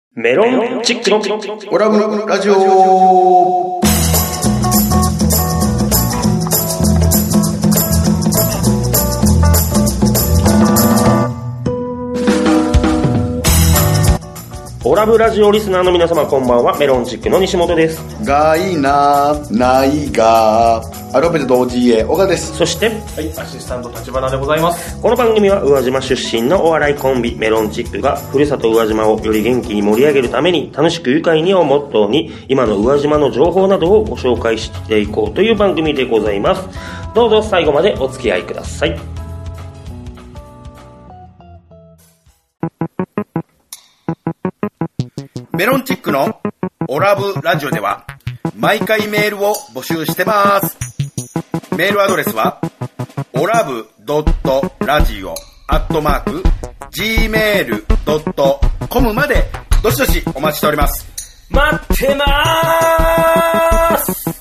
メロンチックのオラブラジオ。 オラブラジオリスナーの皆様こんばんは。メロンチックの西本です。 がいなないがアルファベット OGA 岡です。 そしてはい、アシスタント立花でございます。 この番組は宇和島出身のお笑いコンビメロンチックがふるさと宇和島をより元気に盛り上げるために楽しく愉快にをモットーに今の宇和島の情報などをご紹介していこうという番組でございます。どうぞ最後までお付き合いください。 メロンチックのオラブラジオでは毎回メールを募集してます。メールアドレスはオラブドットラジオ@gmail.com までどしどしお待ちしております。 待ってまーす。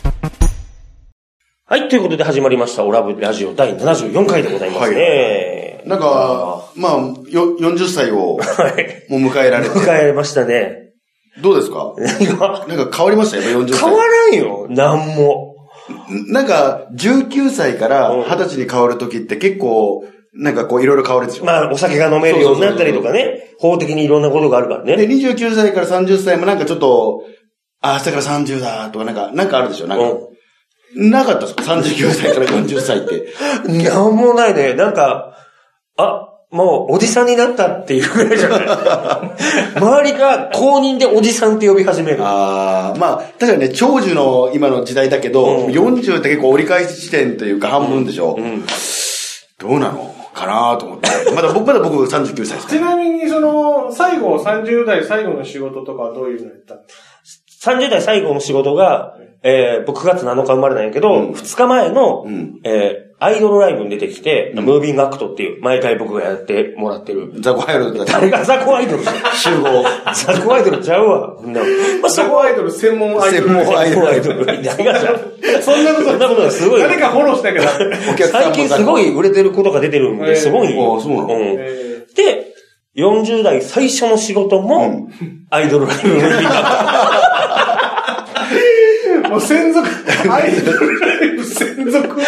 はい、ということで始まりましたオラブラジオ第74回でございますね。 なんかまあ40歳をもう迎えられて迎えましたね。 どうですか？なんか変わりましたよ、40歳。 変わらんよ、なんも。 なんか19歳から20歳に変わる時って結構なんかこういろいろ変わるでしょ。 まあお酒が飲めるようになったりとかね、法的にいろんなことがあるからね。で 29歳から30歳もなんかちょっと明日から30だとかなんかあるでしょ。なんか、なかったですか？39歳から40歳って。 なんもないね。なんかもうおじさんになったっていうぐらいじゃない周りが公認でおじさんって呼び始める。 まあ確かにね、長寿の今の時代だけど、40って結構折り返し地点というか半分でしょ。どうなのかなと思って。まだ僕39歳です。 ちなみに最後30代最後の仕事とかはどういうのやったんですか？30代最後の仕事が、僕9月7日生まれなんやけど、2日前の、アイドルライブに出てきて、ムービングアクトっていう、毎回僕がやってもらってる。 ザコアイドルだった。 誰がザコアイドル集合。ザコアイドルちゃうわ。 ザコアイドル専門アイドル。 専門アイドル。 誰がちゃう。 そんなことすごい。 誰かフォローしたけど。 最近すごい売れてることが出てるんで、すごい。 そうなの。 で、40代最初の仕事も、アイドルライブに行った。 もう専属、アイドルライブ専属。だって、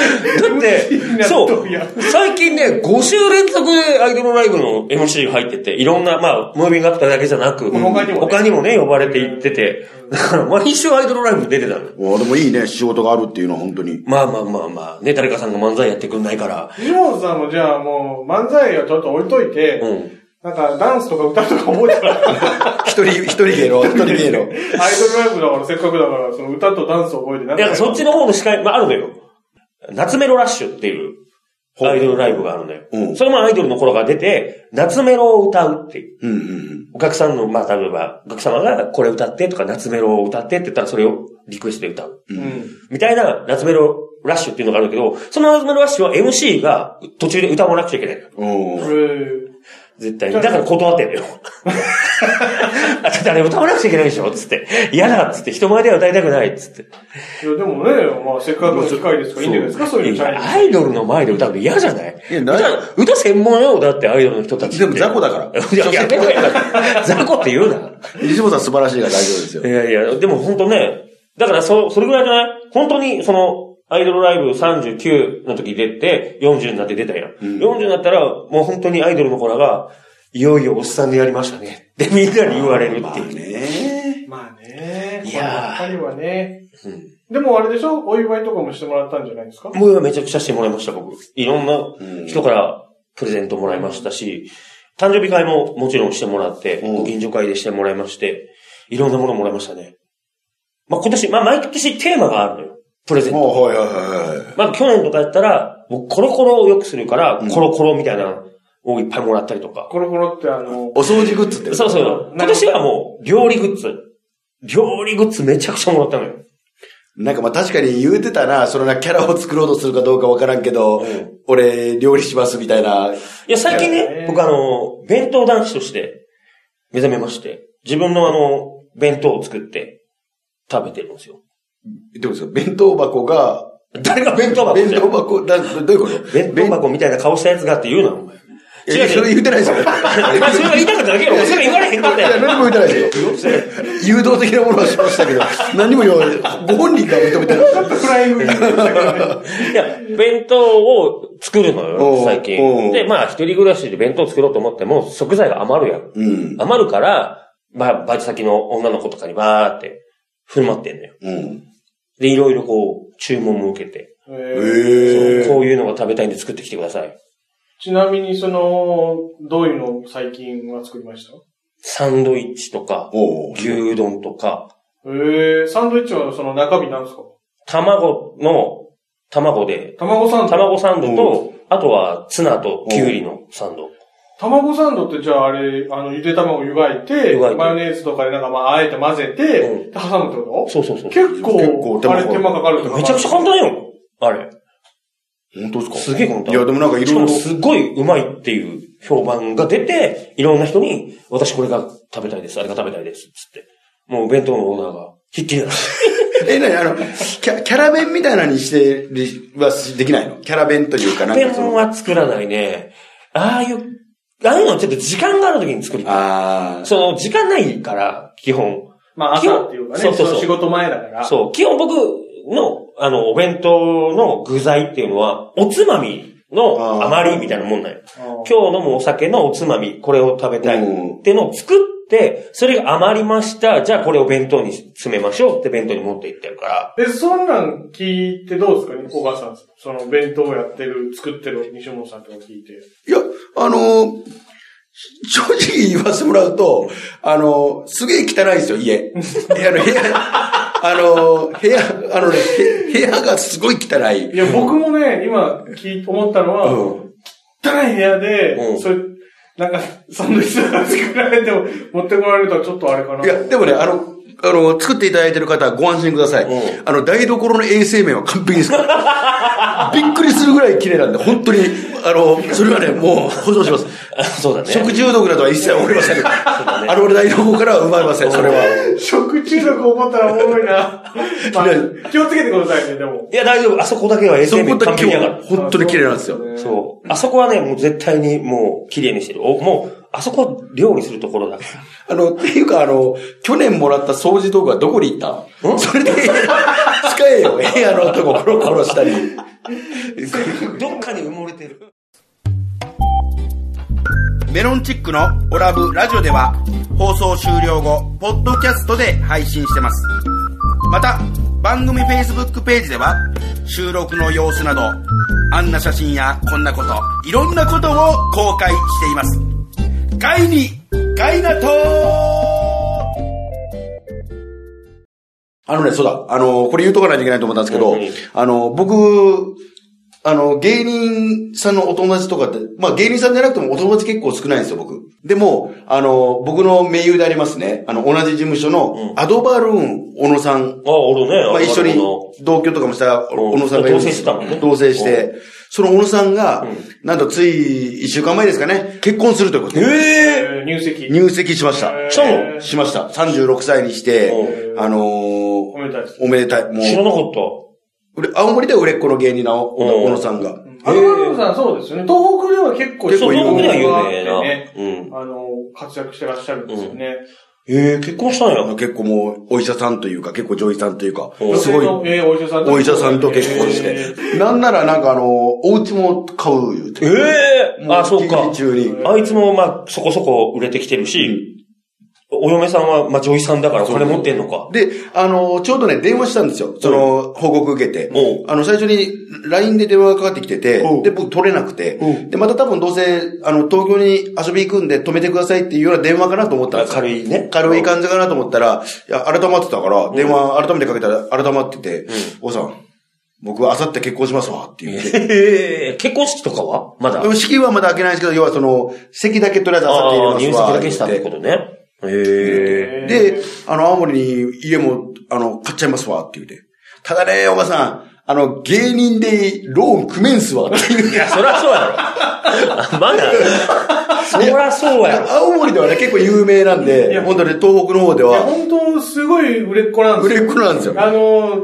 そう、最近ね、5週連続でアイドルライブの MC が入ってて、いろんな、ムービングアクターだけじゃなく、他にもね、呼ばれていってて、だから毎週アイドルライブ出てたの。 でもいいね、仕事があるっていうのは本当に。 まあ、ね、誰かさんが漫才やってくんないから。 ジモンさんもじゃあもう、漫才をちょっと置いといて、なんか、ダンスとか歌とか覚えてたら一人芸能。アイドルライブだから、せっかくだから、その歌とダンスを覚えていや、そっちの方の司会、あるのよ。夏メロラッシュっていう、アイドルライブがあるのよ。それもアイドルの頃から出て、夏メロを歌うっていう。お客さんの、例えば、お客様がこれ歌ってとか、夏メロを歌ってって言ったら、それをリクエストで歌う。みたいな、夏メロラッシュっていうのがあるんだけど、その夏メロラッシュは MC が途中で歌わなくちゃいけない。絶対に。だから断ってんだよ。誰歌わなくちゃいけないでしょつって。嫌だっつって。人前では歌いたくないっつって。 いや、でもね、せっかくの機会ですからいいんじゃないですか、そういうの。 アイドルの前で歌うの嫌じゃない？歌専門よ、だってアイドルの人たち。 でも雑魚だから。 いや、やめろや。雑魚って言うな。 西本さん素晴らしいから大丈夫ですよ。 いや、でも本当ね、だからそれぐらいじゃない？本当にアイドルライブ39の時出て、40になって出たやん。40になったら、もう本当にアイドルの子らが、いよいよおっさんでやりましたね。で、みんなに言われるっていう。 まあね。 いやー。やっぱりはね。でもあれでしょ？お祝いとかもしてもらったんじゃないですか？ もうめちゃくちゃしてもらいました、僕。いろんな人からプレゼントもらいましたし、誕生日会ももちろんしてもらって、ご近所会でしてもらいまして、いろんなものもらいましたね。今年、毎年テーマがあるのよ。プレゼント。去年とかやったら、僕コロコロをよくするから、コロコロみたいなをいっぱいもらったりとか。 コロコロってお掃除グッズって。 そう。今年はもう、料理グッズめちゃくちゃもらったのよ。 なんか確かに言うてたな、キャラを作ろうとするかどうかわからんけど、俺、料理しますみたいな。 いや、最近ね、僕弁当男子として目覚めまして、自分の弁当を作って食べてるんですよ。 どうですか？弁当箱が、 誰が弁当箱？ どういうこと？ 弁当箱みたいな顔したやつがって言うな、お前。 違う。 それ言ってないですよ。 それが言いたかっただけやろ。それ言われへんかったやん。 いや、何も言ってないですよ。誘導的なものはしましたけど、何も言わない。ご本人が認めてない。 フライング。 いや、弁当を作るのよ、最近。で、まあ、一人暮らしで弁当作ろうと思っても、食材が余るやん。余るから、まあ、バイト先の女の子とかにバーって振る舞ってんのよ。で、いろいろこう、注文も受けて。こういうのが食べたいんで作ってきてください。 ちなみに、どういうのを最近は作りました？ サンドイッチとか、牛丼とか。 サンドイッチは中身なんですか？ 卵で。 卵サンド？ 卵サンドと、あとはツナとキュウリのサンド。 卵サンドってじゃああれ、ゆで卵湯がいて、マヨネーズとかでなんかあえて混ぜて、挟むってこと？ そう。 結構、あれ手間かかるってめちゃくちゃ簡単よ。あれ。 本当ですか？ すげえ簡単。 いや、でもなんかいろいろ。 しかもすっごいうまいっていう評判が出て、いろんな人に、私これが食べたいです、あれが食べたいです、つって。もう弁当のオーナーが、ひっきりなし。 キャラ弁みたいなのにしてはできないの？キャラ弁というかなんか。 キャラ弁は作らないね。ああいうのちょっと時間がある時に作りたい。時間ないから、基本。 まあ朝っていうかね、そう仕事前だから。 そう、基本僕の、お弁当の具材っていうのは、おつまみの余りみたいなもんなんよ。今日飲むお酒のおつまみ、これを食べたいっていうのを作って、それが余りました。じゃあこれを弁当に詰めましょうって弁当に持っていってるから。 そんなん聞いてどうですかね、小川さん。弁当を作ってる西本さんとか聞いて。 いや、正直言わせてもらうと、すげえ汚いですよ、家。部屋がすごい汚い。 いや、僕もね、今思ったのは、汚い部屋で、なんか、サンドイッチとか作られても、持ってこられるとちょっとあれかな。 いや、でもね、作っていただいてる方はご安心ください。台所の衛生面は完璧ですから。びっくりするぐらい綺麗なんで、本当に、それはね、もう保証します。 そうだね。 食中毒などは一切起こりません。台所からは生まれません、それは。 食中毒起こったらおもろいな。まあ、気をつけてくださいね、でも。 いや、大丈夫。あそこだけは衛生面完璧だから。 本当に綺麗なんですよ。 そう。あそこはね、もう絶対にもう綺麗にしてる。もう、あそこは料理するところだから。 っていうか、去年もらった掃除道具はどこに行ったそれで、使えよ、部屋のとこコロコロしたり。 どっかに埋もれてる。 メロンチックのオラブラジオでは、放送終了後、ポッドキャストで配信してます。また、番組 Facebook ページでは、収録の様子など、あんな写真やこんなこと、いろんなことを公開しています。ガイに、ガイナトーそうだ、これ言うとかないといけないと思ったんですけど、僕、芸人さんのお友達とかって、まあ芸人さんじゃなくてもお友達結構少ないんですよ、僕。でも、僕の盟友でありますね、同じ事務所のアドバルーン、小野さん。 おるね。 まあ一緒に同居とかもした小野さんがいるんです。 同棲してたもんね。 同棲して、その小野さんが、なんとつい1週間前ですかね、結婚するということで。入籍しました。しました。36歳にして、 おめでたいです。 おめでたい。もう知らなかった。 青森では売れっ子の芸人の小野さんが。 アドバルーンさんそうですよね。東北では結構有名なね。活躍してらっしゃるんですよね。 結婚したんや。 結構もう、お医者さんというか、結構女医さんというか、 すごい。お医者さんと結婚して。なんならなんかお家も買う言うて。 そうか。あいつもまあ、そこそこ売れてきてるし、お嫁さんは、まあ、女医さんだから金持ってんのか。 で、ちょうどね、電話したんですよ。報告受けて。最初に LINE で電話がかかってきてて、で、僕取れなくて、で、また多分どうせ、東京に遊び行くんで止めてくださいっていうような電話かなと思ったんですよ。 軽いね。 軽い感じかなと思ったら、いや、改まってたから、電話改めてかけたら改まってて、おさん、僕は明後日結婚しますわって言って。 結婚式とかはまだ式はまだ開けないんですけど、要は席だけとりあえず明後日入れますわ。 入籍だけしたってことね。 で、青森に家も、買っちゃいますわって言うて。ただね、おばさん、芸人でローン組めんすわっていう。 いや、そりゃそうやろ。まだ。そりゃそうや。 青森ではね、結構有名なんで、本当に東北の方では。 本当すごい売れっ子なんですよ。 売れっ子なんですよ。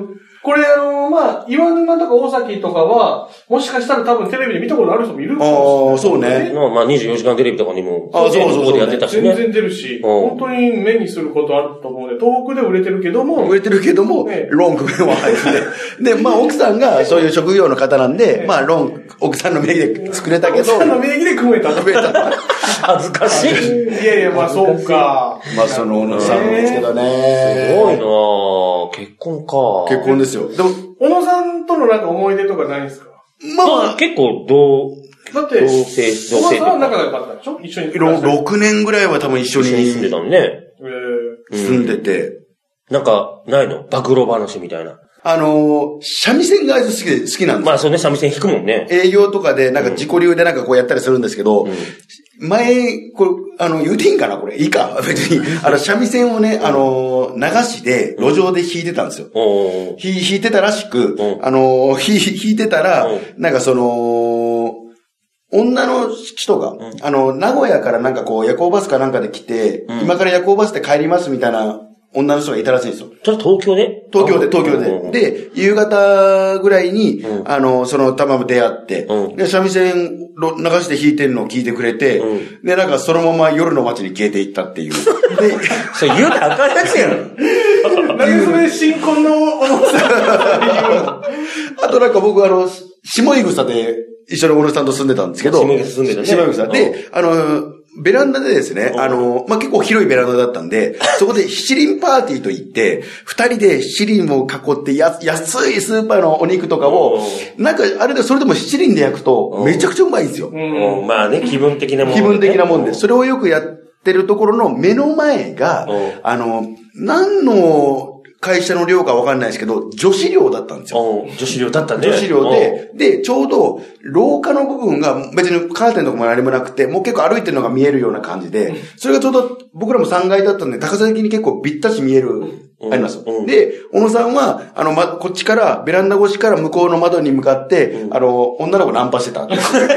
これまあ、岩沼とか大崎とかは、もしかしたら多分テレビで見たことある人もいるかもしれない。 そうね。 まあ、24時間テレビとかにも、 そうやってたしね。 全然出るし、本当に目にすることあると思うので、東北で売れてるけども、 ロンク弁は入って。で、まあ、奥さんがそういう職業の方なんで、まあ、奥さんの名義で作れたけど。 奥さんの名義で組めた。 恥ずかしい。 いやいや、まあ、そうか。 まあ、その小野さんですけどね。 すごいなぁ。結婚か。 結婚ですよ。でも、 小野さんとのなんか思い出とかないんですか？ まあ、結構、 だって、小野さんは仲が良かったでしょ？一緒に。 6年ぐらいは多分一緒に住んでたのね。 住んでて。 なんか、ないの？暴露話みたいな。 三味線が好きなんですよ。 まあそうね、三味線弾くもんね。 営業とかで、なんか自己流でなんかこうやったりするんですけど、前、これ、言うていいんかなこれ。いいか別に。三味線をね、流しで、路上で弾いてたんですよ。弾いてたらしく、弾いてたら、なんか女の人が、名古屋からなんかこう、夜行バスかなんかで来て、今から夜行バスで帰りますみたいな女の人がいたらしいんですよ。 それ東京で。 で、夕方ぐらいに、たま出会って、で、三味線流して弾いてるのを聞いてくれて、で、なんかそのまま夜の街に消えていったっていう。で、 それ言うたらあかんやつやん。 何それ新婚の小野さん。 あとなんか僕下井草で一緒に小野さんと住んでたんですけど、 下井草住んでたね。 下井草で、ベランダでですね、まあ、結構広いベランダだったんで、そこで七輪パーティーと言って、二人で七輪を囲って安いスーパーのお肉とかを、なんかあれでそれでも七輪で焼くとめちゃくちゃうまいんですよ。 まあね、気分的なもんで。 気分的なもんで。それをよくやってるところの目の前が、何の会社の寮かわかんないですけど、女子寮だったんですよ。 女子寮だったね。 女子寮で、ちょうど廊下の部分が別にカーテンとかも何もなくて、もう結構歩いてるのが見えるような感じで、それがちょうど僕らも3階だったんで、高さ的に結構びったし見える、あります。で、小野さんは、こっちから、ベランダ越しから向こうの窓に向かって、女の子ナンパしてた。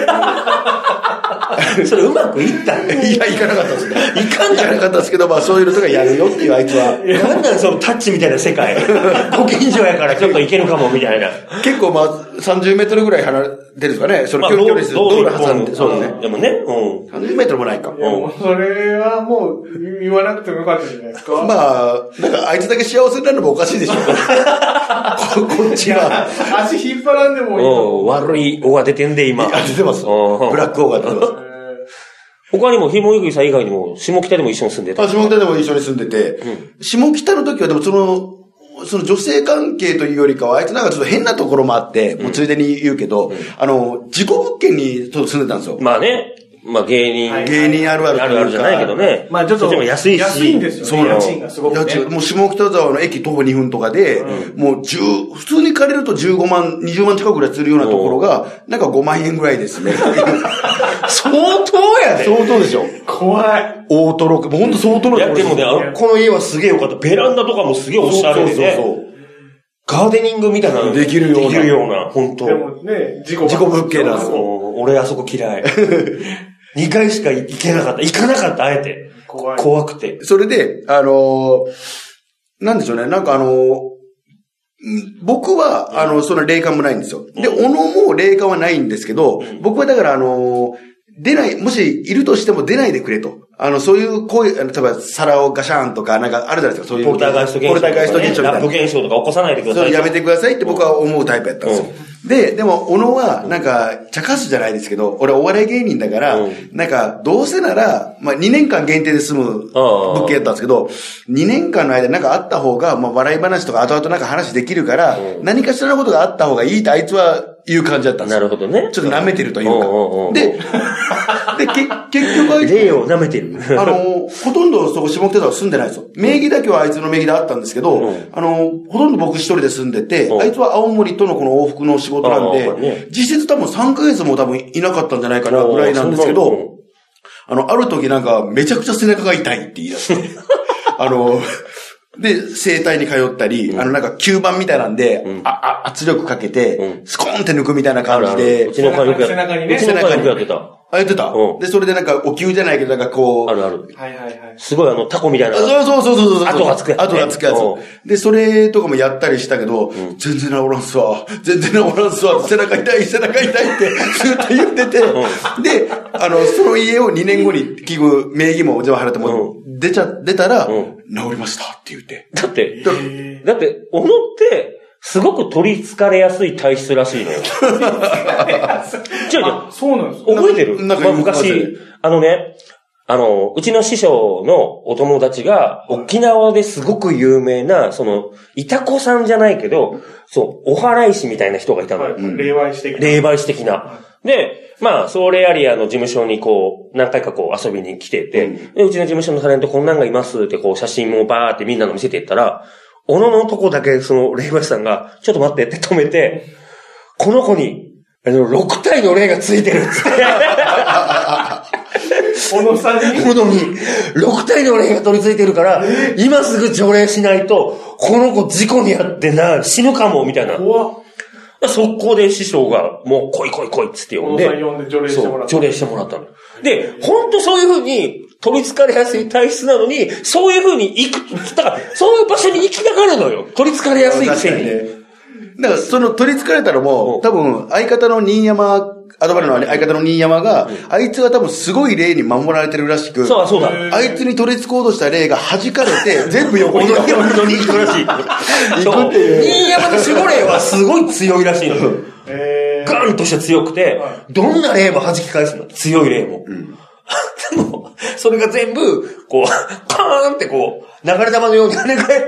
それうまくいったんいや、いかなかったですね。 いかなかったですけど、まあそういうのとかやるよっていうあいつは。 なんなんそのタッチみたいな世界。ご近所やからちょっといけるかもみたいな。 結構まあ30メートルぐらい離れてるんですかね。その距離です。道路挟んで。そうですね。 でもね、 30メートルもないか。 それはもう言わなくてもよかったじゃないですか。 まあ、なんかあいつだけ幸せになるのもおかしいでしょ。こっちは。 足引っ張らんでもいいと。 悪い尾が出てんで今。 出てます。ブラック尾が出てます。 他にも、ひもゆぐいさん以外にも、下北でも一緒に住んでた。 下北でも一緒に住んでて、下北の時はでもその女性関係というよりかは、あいつなんかちょっと変なところもあって、もうついでに言うけど、事故物件にちょっと住んでたんですよ。 まあね。まあ芸人あるある。 あるあるじゃないけどね。 まあちょっと。 安いし。 安いんですよ。そう家賃がすごくね。 もう下北沢の駅徒歩2分とかで、もう普通に借りると15万、20万近くぐらいするようなところが、なんか5万円ぐらいですね。 相当やで。 相当でしょ。 怖い。 大トロ、ほんと相当の。 いや、でもね、この家はすげえよかった。ベランダとかもすげえおしゃれでね。そう。ガーデニングみたいなのできるような、本当。 でもね、事故物件なんですよ。 俺あそこ嫌い。2回しか行かなかった、あえて。怖くて。 それで、なんでしょうね、なんか僕は、その霊感もないんですよ。で、小野も霊感はないんですけど、僕はだから出ない、もしいるとしても出ないでくれと。そういう行為、例えば皿をガシャーンとか、なんかあるじゃないですか、そういう。 ポルターガイスト現象。ラップ現象とか起こさないでください。 それやめてくださいって僕は思うタイプやったんですよ。でも、小野は、なんか、茶化すじゃないですけど、俺お笑い芸人だから、なんか、どうせなら、まあ、2年間限定で済む物件やったんですけど、2年間の間なんかあった方が、まあ、笑い話とか後々なんか話できるから、何かしらのことがあった方がいいってあいつは言う感じだったんですよ。 なるほどね。 ちょっと舐めてるというか。で、結局あいつ、 霊を舐めてる。 ほとんどそこ下北沢住んでないですよ。名義だけはあいつの名義であったんですけど、ほとんど僕一人で住んでて、あいつは青森とのこの往復の仕事なんで、実質多分3ヶ月も多分いなかったんじゃないかなぐらいなんですけど、ある時なんかめちゃくちゃ背中が痛いって言い出して、で、整体に通ったり、なんか吸盤みたいなんで、圧力かけて、スコーンって抜くみたいな感じで。 うちの会よくやってた。 背中にやってた。 やってた。で、それでなんか、お灸じゃないけど、なんかこう。 あるある。 はいはいはい。 すごいタコみたいな。 そう。 後がつくやつ。 後がつくやつ。で、それとかもやったりしたけど、全然治らんすわ。背中痛いってずっと言ってて、で、その家を2年後に器具、名義もお邪魔払っても、出たら、治りましたって言って。 だって、小野って、すごく取り憑かれやすい体質らしいのよ。 そうなんですか？ 覚えてる？昔、うちの師匠のお友達が、沖縄ですごく有名な、いたこさんじゃないけど、お祓い師みたいな人がいたのよ。 霊媒師的な。で、それあり事務所に何回か遊びに来てて、で、うちの事務所のタレントこんなんがいますって写真もバーってみんなの見せていったら、小野のとこだけ霊媒師さんが、ちょっと待ってって止めて、この子に、6体の霊がついてるっつって。 小野さんに 6体の霊が取り付いてるから、今すぐ除霊しないと、この子事故にあって死ぬかも、みたいな。速攻で師匠が、もう来いっつって呼んで。 小野さん呼んで除霊してもらった。 除霊してもらったの。で、ほんとそういう風に、取り憑かれやすい体質なのに、そういう風にだから、そういう場所に行きたがるのよ。取り憑かれやすいくせに。 だから、取り憑かれたのも、多分、相方の新山、アドバルの相方の新山が、あいつが多分すごい霊に守られてるらしく、 そうだ。 あいつに取り憑こうとした霊が弾かれて、全部横に行くらしい。 行くっていう。新山の守護霊はすごい強いらしいのよ。ガンとして強くて、どんな霊も弾き返すの。強い霊も。でも、それが全部、カーンって流れ玉のように跳ね返って、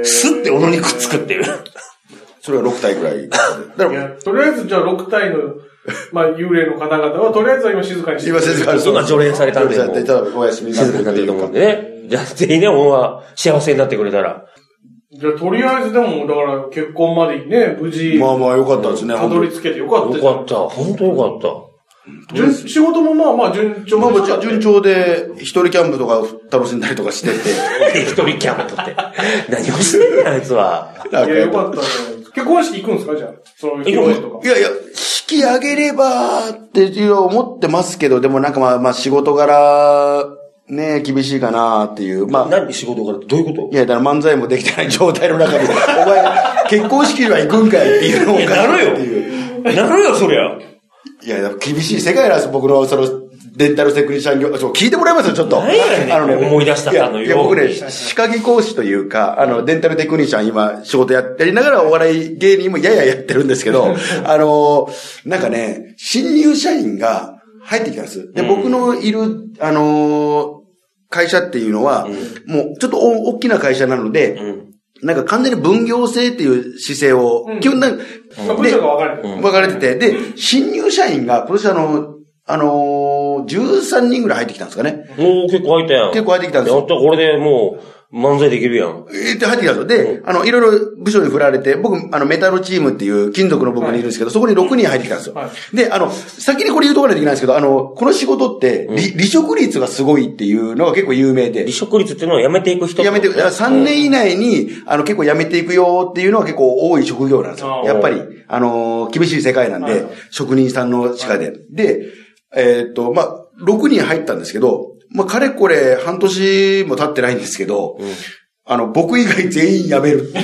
スッて小野にくっつくっていう。 それは6体ぐらい。 とりあえずじゃあ6体の、幽霊の方々は、とりあえずは今静かにしてる。今除霊されたんで。 お休みになってる。静かになってると思うんでね。じゃあ、ぜひね、小野は幸せになってくれたら。 じゃあ、とりあえずでも、だから結婚までにね、無事。 よかったですね。 たどり着けてよかった。 よかった。本当よかった。 仕事も順調。 順調で、一人キャンプとか楽しんだりとかしてて。 一人キャンプって。何をしてんねん、あいつは。 いや、よかったね。結婚式行くんですかじゃあ。そういう披露宴とか。 いや、式あげればって思ってますけど、でもなんか仕事柄、ね厳しいかなっていう。 何仕事柄ってどういうこと？ いや、だから漫才もできてない状態の中で、お前、結婚式には行くんかいっていうのを。 なるよ、そりゃ。 いや、厳しい世界なんです、僕のデンタルテクニシャン業。聞いてもらいますよ、ちょっと。 思い出したかのように。いや、 僕ね、歯科技講師というか、デンタルテクニシャン今、仕事やりながらお笑い芸人もややってるんですけど、なんかね、新入社員が入ってきたんです。で、僕のいる、会社っていうのは、もう、ちょっと大きな会社なので、なんか完全に分業制っていう姿勢を、基本なんか、 部署が分かれてて、で、新入社員が、今年13人ぐらい入ってきたんですかね。 結構入ったやん。 結構入ってきたんですよ。 やったらこれでもう、漫才できるやん。 入ってきたんですよ。で、いろいろ部署に振られて、僕、メタルチームっていう金属の僕にいるんですけど、そこに6人入ってきたんですよ。で、先にこれ言うところないといけないんですけど、この仕事って、離職率がすごいっていうのが結構有名で。 離職率っていうのは辞めていく人辞めていく。3年以内に、結構辞めていくよっていうのは結構多い職業なんですよ。やっぱり、厳しい世界なんで、職人さんの力で。で、6人入ったんですけど、かれこれ半年も経ってないんですけど、僕以外全員辞める。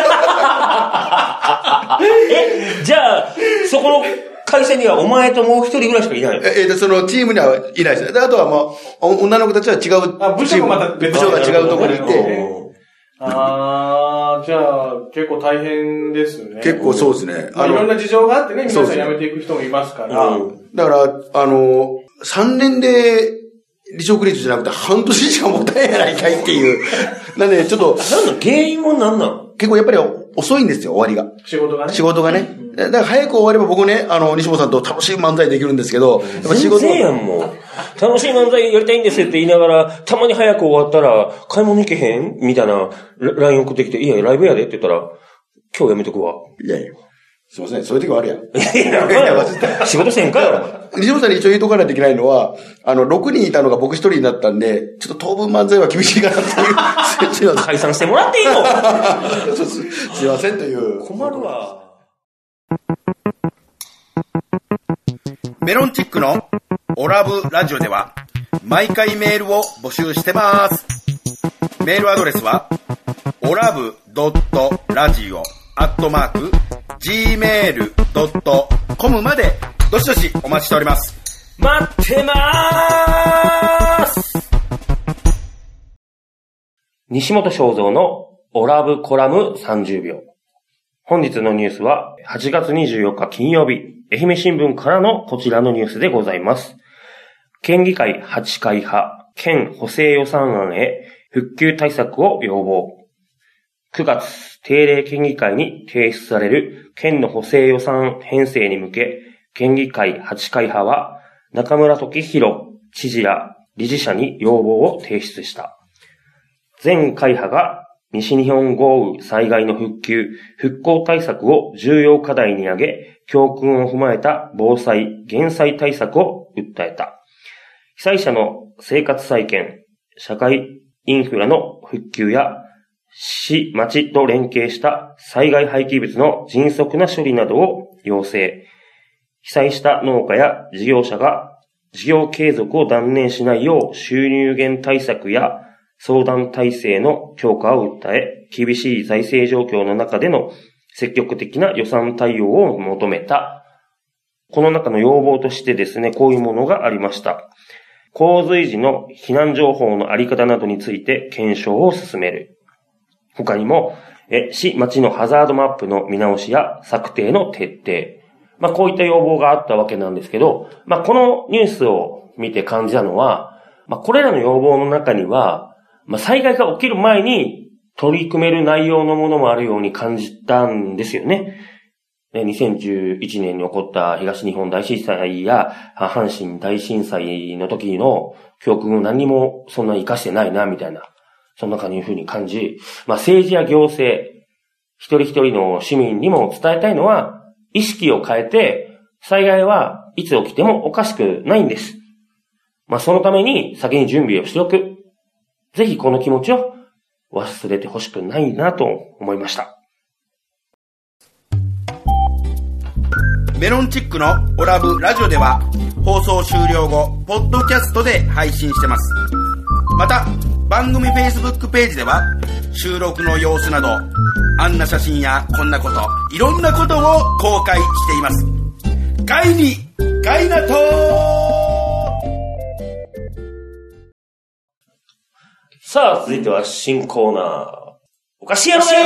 じゃあ、そこの会社にはお前ともう一人ぐらいしかいないの？ そのチームにはいないです。で、あとは女の子たちは違う。 部署がまた別部署が違うところにいて。 じゃあ、結構大変ですね。 結構そうですね。 いろんな事情があってね、皆さん辞めていく人もいますから。 だから、3年で離職率じゃなくて半年しか持たないやないかいっていう。なんで、ちょっと。 原因もなんなん結構やっぱり遅いんですよ、終わりが。 仕事がね。 仕事がね。だから早く終われば僕ね、西本さんと楽しい漫才できるんですけど、 やっぱ仕事。全然やんもう。楽しい漫才やりたいんですって言いながら、たまに早く終わったら、買い物行けへんみたいな LINE 送ってきて、いや、ライブやでって言ったら、今日やめとくわ。 いやいや。すいません、そういう時はあるやん。 いや、仕事せんかよ。 西本さんに一応言うとかないといけないのは、6人いたのが僕1人になったんで、ちょっと当分漫才は厳しいかなっていう。 解散してもらっていいのすいませんという。 困るわ。 メロンチックのオラブラジオでは毎回メールを募集してます。メールアドレスはオラブドットラジオ@gmail.com までどしどしお待ちしております。 待ってまーす。西本正蔵のオラブコラム30秒。本日のニュースは8月24日金曜日、愛媛新聞からのこちらのニュースでございます。県議会8会派、県補正予算案へ復旧対策を要望。9月、定例県議会に提出される県の補正予算編成に向け、県議会8会派は中村時弘知事ら理事者に要望を提出した。全会派が西日本豪雨災害の復旧、復興対策を重要課題に挙げ、教訓を踏まえた防災・減災対策を訴えた。被災者の生活再建、社会インフラの復旧や市・町と連携した災害廃棄物の迅速な処理などを要請。被災した農家や事業者が事業継続を断念しないよう収入減対策や相談体制の強化を訴え、厳しい財政状況の中での積極的な予算対応を求めた。この中の要望としてですね、こういうものがありました。洪水時の避難情報のあり方などについて検証を進める。他にも、市・町のハザードマップの見直しや策定の徹底。こういった要望があったわけなんですけど、このニュースを見て感じたのは、これらの要望の中には、災害が起きる前に取り組める内容のものもあるように感じたんですよね。2011年に起こった東日本大震災や阪神大震災の時の教訓を何もそんな活かしてないな、みたいな。そんな感じに感じ、政治や行政、一人一人の市民にも伝えたいのは、意識を変えて、災害はいつ起きてもおかしくないんです。そのために先に準備をしておく。ぜひこの気持ちを忘れてほしくないなと思いました。 メロンチックのオラブラジオでは放送終了後、ポッドキャストで配信してます。また、番組 Facebook ページでは収録の様子など、あんな写真やこんなこと、いろんなことを公開しています。ガイに、ガイナトーさあ、続いては新コーナー。おかしやろがい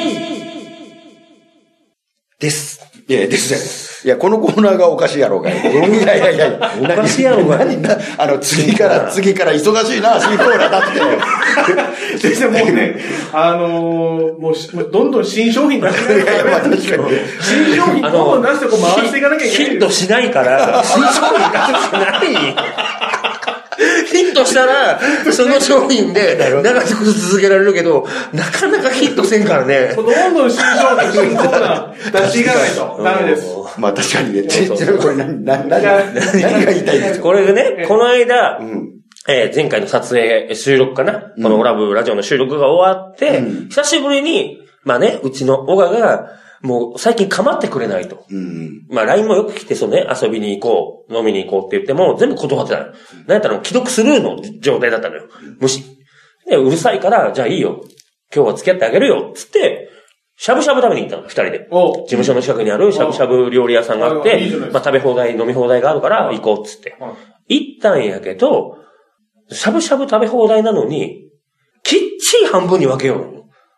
です。 いや、ですね。いや、このコーナーがおかしいやろうがい。いや。 おかしいやろうがい。 次から忙しいな、新コーナーだって。 先生もうね、もうどんどん新商品出していかないと。新商品どんどん出して回していかなきゃいけない。 ヒットしないから、新商品出してない。ヒットしたら、その商品で長く続けられるけど、なかなかヒットせんからね。 どんどん新商品、新コーナー出していかないとダメです。 確かにね。これ何が言いたいんですか？ これね、この間、前回の撮影、収録かな、このオラブラジオの収録が終わって、久しぶりに、うちの小川が、もう最近構ってくれないと。LINE もよく来て遊びに行こう、飲みに行こうって言っても、全部断ってたの。なんやったら既読スルーの状態だったのよ。無視。で、うるさいから、じゃあいいよ。今日は付き合ってあげるよ。つって、しゃぶしゃぶ食べに行ったの、二人で。事務所の近くにあるしゃぶしゃぶ料理屋さんがあって、食べ放題、飲み放題があるから行こうっつって。行ったんやけど、しゃぶしゃぶ食べ放題なのに、きっちり半分に分けようの。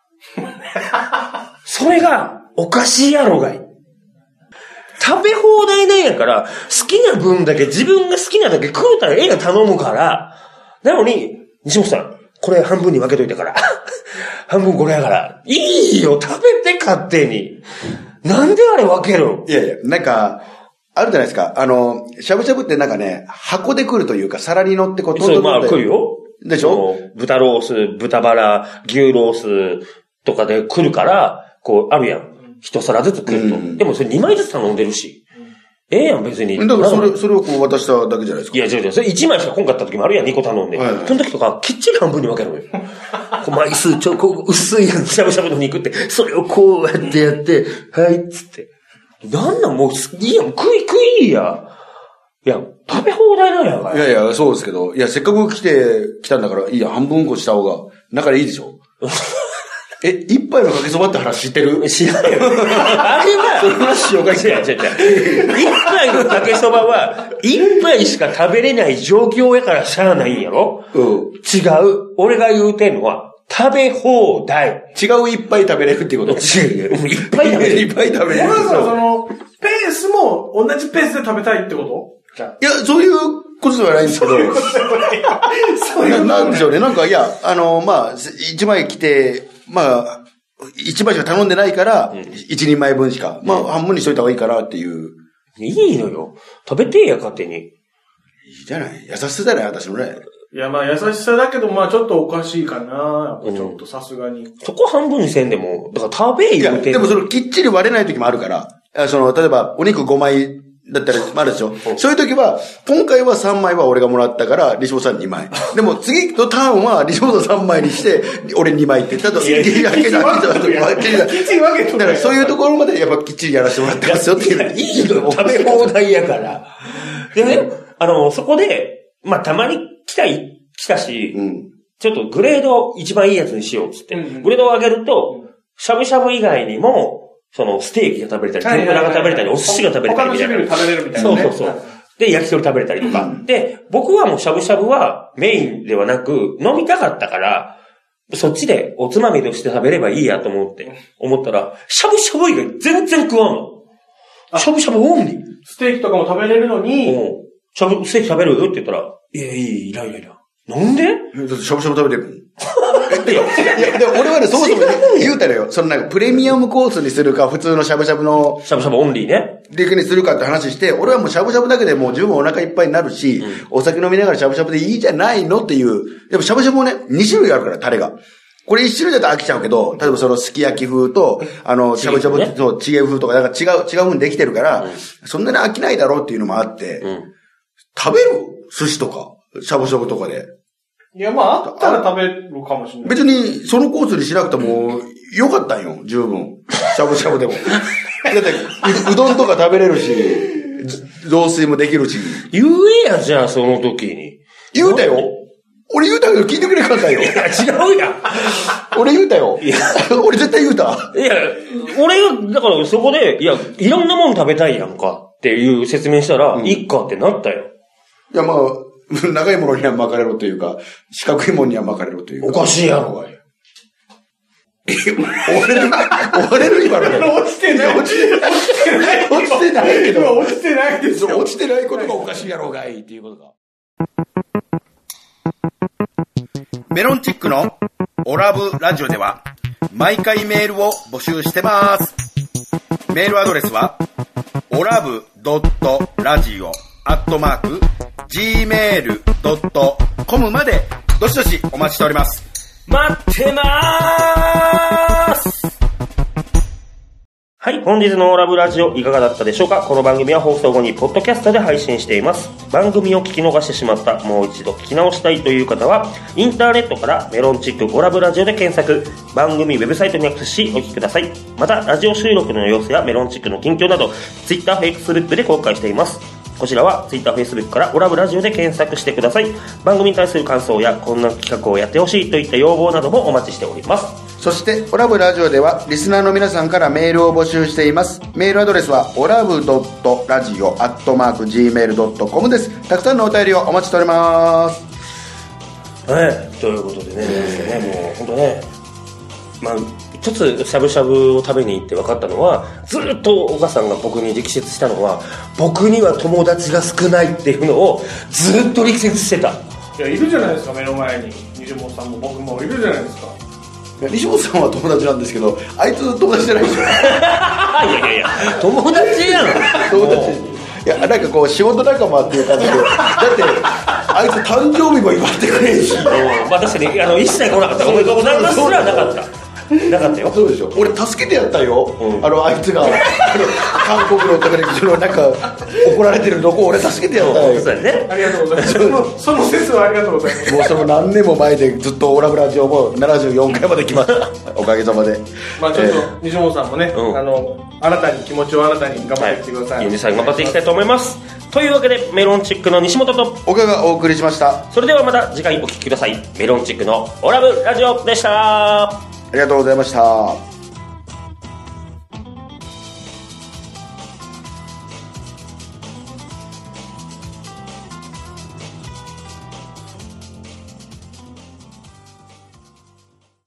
それが、おかしいやろがい。食べ放題なんやから、好きな分だけ、自分が好きなだけ食うたらええが頼むから、なのに、西本さん、これ半分に分けといたから。半分これやから。いいよ、食べて勝手に。なんであれ分けるん？ いや、あるじゃないですか。しゃぶしゃぶって箱で来るというか、皿に乗ってそう、来るよ。 でしょ？ 豚ロース、豚バラ、牛ロースとかで来るから、あるやん。一皿ずつ来ると。でもそれ2枚ずつ頼んでるし。ええやん、別に。 だからそれを渡しただけじゃないですか。 いや、違う。それ1枚しか来んかった時もあるやん、2個頼んで。その時とか、きっちり半分に分けるのよ。枚数薄いしゃぶしゃぶの肉って、それをこうやってやって、はい、つって。なんなんもう、いいやん、食いや。 いや、食べ放題なんやから。 いやいや、そうですけど、いや、せっかく来たんだから、いや、半分こした方が、仲でいいでしょ一杯のかけそばって話知ってる？ 知らんよ。あれは、 その話しようかしら。 一杯のかけそばは、一杯しか食べれない状況やからしゃあないんやろ？ うん。 違う。俺が言うてんのは、食べ放題。 違う一杯食べれるっていうこと？ 違う。一杯食べれる。 一杯食べれる。 俺はペースも同じペースで食べたいってこと？ いや、そういうことではないんですけど。 そういうことなんでしょうね。なんか、いや、まあ、一枚来て、まあ、一枚しか頼んでないから、一人前分しか。まあ、半分にしといた方がいいかなっていう。 いいのよ。食べてや、勝手に。 いいじゃない。優しさじゃない、私のね。 いや、まあ、優しさだけど、まあ、ちょっとおかしいかな。やっぱちょっとさすがに。 そこ半分にせんでも、だから食べ言うてんの。 でもきっちり割れない時もあるから。例えば、お肉5枚だったら、あるでしょ。そういう時は、今回は3枚は俺がもらったから、リショウさん2枚。でも次のターンは、リショウさん3枚にして、俺2枚って。ただ、きっちり分けだからそういうところまでやっぱきっちりやらせてもらってますよっていう。 いいの食べ放題やから。でね、そこで、まあ、たまに来たし、ちょっとグレード一番いいやつにしようっつって。グレードを上げると、しゃぶしゃぶ以外にも、ステーキが食べれたり、天ぷらが食べれたり、お寿司が食べれたりみたいな。 他の種類食べれるみたいなね。 そう。で、焼き鳥食べれたりとか。で、僕はもうしゃぶしゃぶはメインではなく、飲みたかったから、そっちでおつまみとして食べればいいやと思ったら、しゃぶしゃぶ以外全然食わんの。しゃぶしゃぶオンリー。 ステーキとかも食べれるのに、 ステーキ食べるって言ったら、いらん。なんで？ だってしゃぶしゃぶ食べてるもん。でも俺はね、そもそも言うたらよ、プレミアムコースにするか、普通のしゃぶしゃぶの。 しゃぶしゃぶオンリーね。 陸にするかって話して、俺はもうしゃぶしゃぶだけでもう十分お腹いっぱいになるし、お酒飲みながらしゃぶしゃぶでいいじゃないのっていう。でもしゃぶしゃぶもね、2種類あるから、タレが。これ1種類だと飽きちゃうけど、例えばすき焼き風と、しゃぶしゃぶとチゲ風とか、なんか違う風にできてるから、そんなに飽きないだろうっていうのもあって、食べる寿司とか、しゃぶしゃぶとかで。いや、まあ、あったら食べるかもしれない。 別に、そのコースにしなくても、よかったんよ、十分。しゃぶしゃぶでも。だって、うどんとか食べれるし、雑炊もできるし。 言えや、じゃあ、その時に。 言うたよ。俺言うたけど聞いてくれかんかよ。 いや、違うやん。 俺言うたよ。いや、俺絶対言うた。 いや、俺が、だからそこで、いや、いろんなもん食べたいやんかっていう説明したら、いっかってなったよ。 いや、まあ、長いものには巻かれろというか、四角いものには巻かれろというか。 おかしいやろがい。 終われる今のね。 落ちてない。 落ちてないけど。 落ちてないですよ。 落ちてないことがおかしいやろがいっていうことか。メロンチックのオラブラジオでは、毎回メールを募集してます。メールアドレスは、olav.radio@gmail.com までどしどしお待ちしております。 待ってまーす。はい、本日のオラブラジオいかがだったでしょうか。この番組は放送後にポッドキャストで配信しています。番組を聞き逃してしまった、もう一度聞き直したいという方は、インターネットからメロンチックオラブラジオで検索、番組ウェブサイトにアクセスしお聞きください。また、ラジオ収録の様子やメロンチックの近況など、Twitter、Facebook で公開しています。こちらは Twitter、Facebook からオラブラジオで検索してください。番組に対する感想やこんな企画をやってほしいといった要望などもお待ちしております。 そしてオラブラジオではリスナーの皆さんからメールを募集しています。メールアドレスはolav.radio@gmail.com です。たくさんのお便りをお待ちしております。 はい、ということでね、もう本当ね、まあ一つしゃぶしゃぶを食べに行って分かったのは、ずっとお母さんが僕に力説したのは、僕には友達が少ないっていうのをずっと力説してた。 いや、いるじゃないですか、目の前に西本さんも僕もいるじゃないですか。 いや、西本さんは友達なんですけど、あいつ友達じゃないでしょ。いや友達やん。 友達。いや、なんかこう仕事仲間っていう感じで、だってあいつ誕生日も祝ってくれんし。 まあ確かに一切来なかった。おめでとうございますすらなかった。 なかったよ。 そうでしょ。俺助けてやったよ。あいつが韓国の高木なんか怒られてるとこ俺助けてやったよ。 そうだね。 ありがとうございます。その説はありがとうございます。 もうその何年も前でずっとオラブラジオも74回まで来ました。おかげさまで。 まあちょっと西本さんもね、新たに気持ちを新たに頑張ってきてください。 ユニさん頑張っていきたいと思います。というわけでメロンチックの西本と岡がお送りしました。 それではまた次回お聞きください。メロンチックのオラブラジオでした。 ありがとうございました。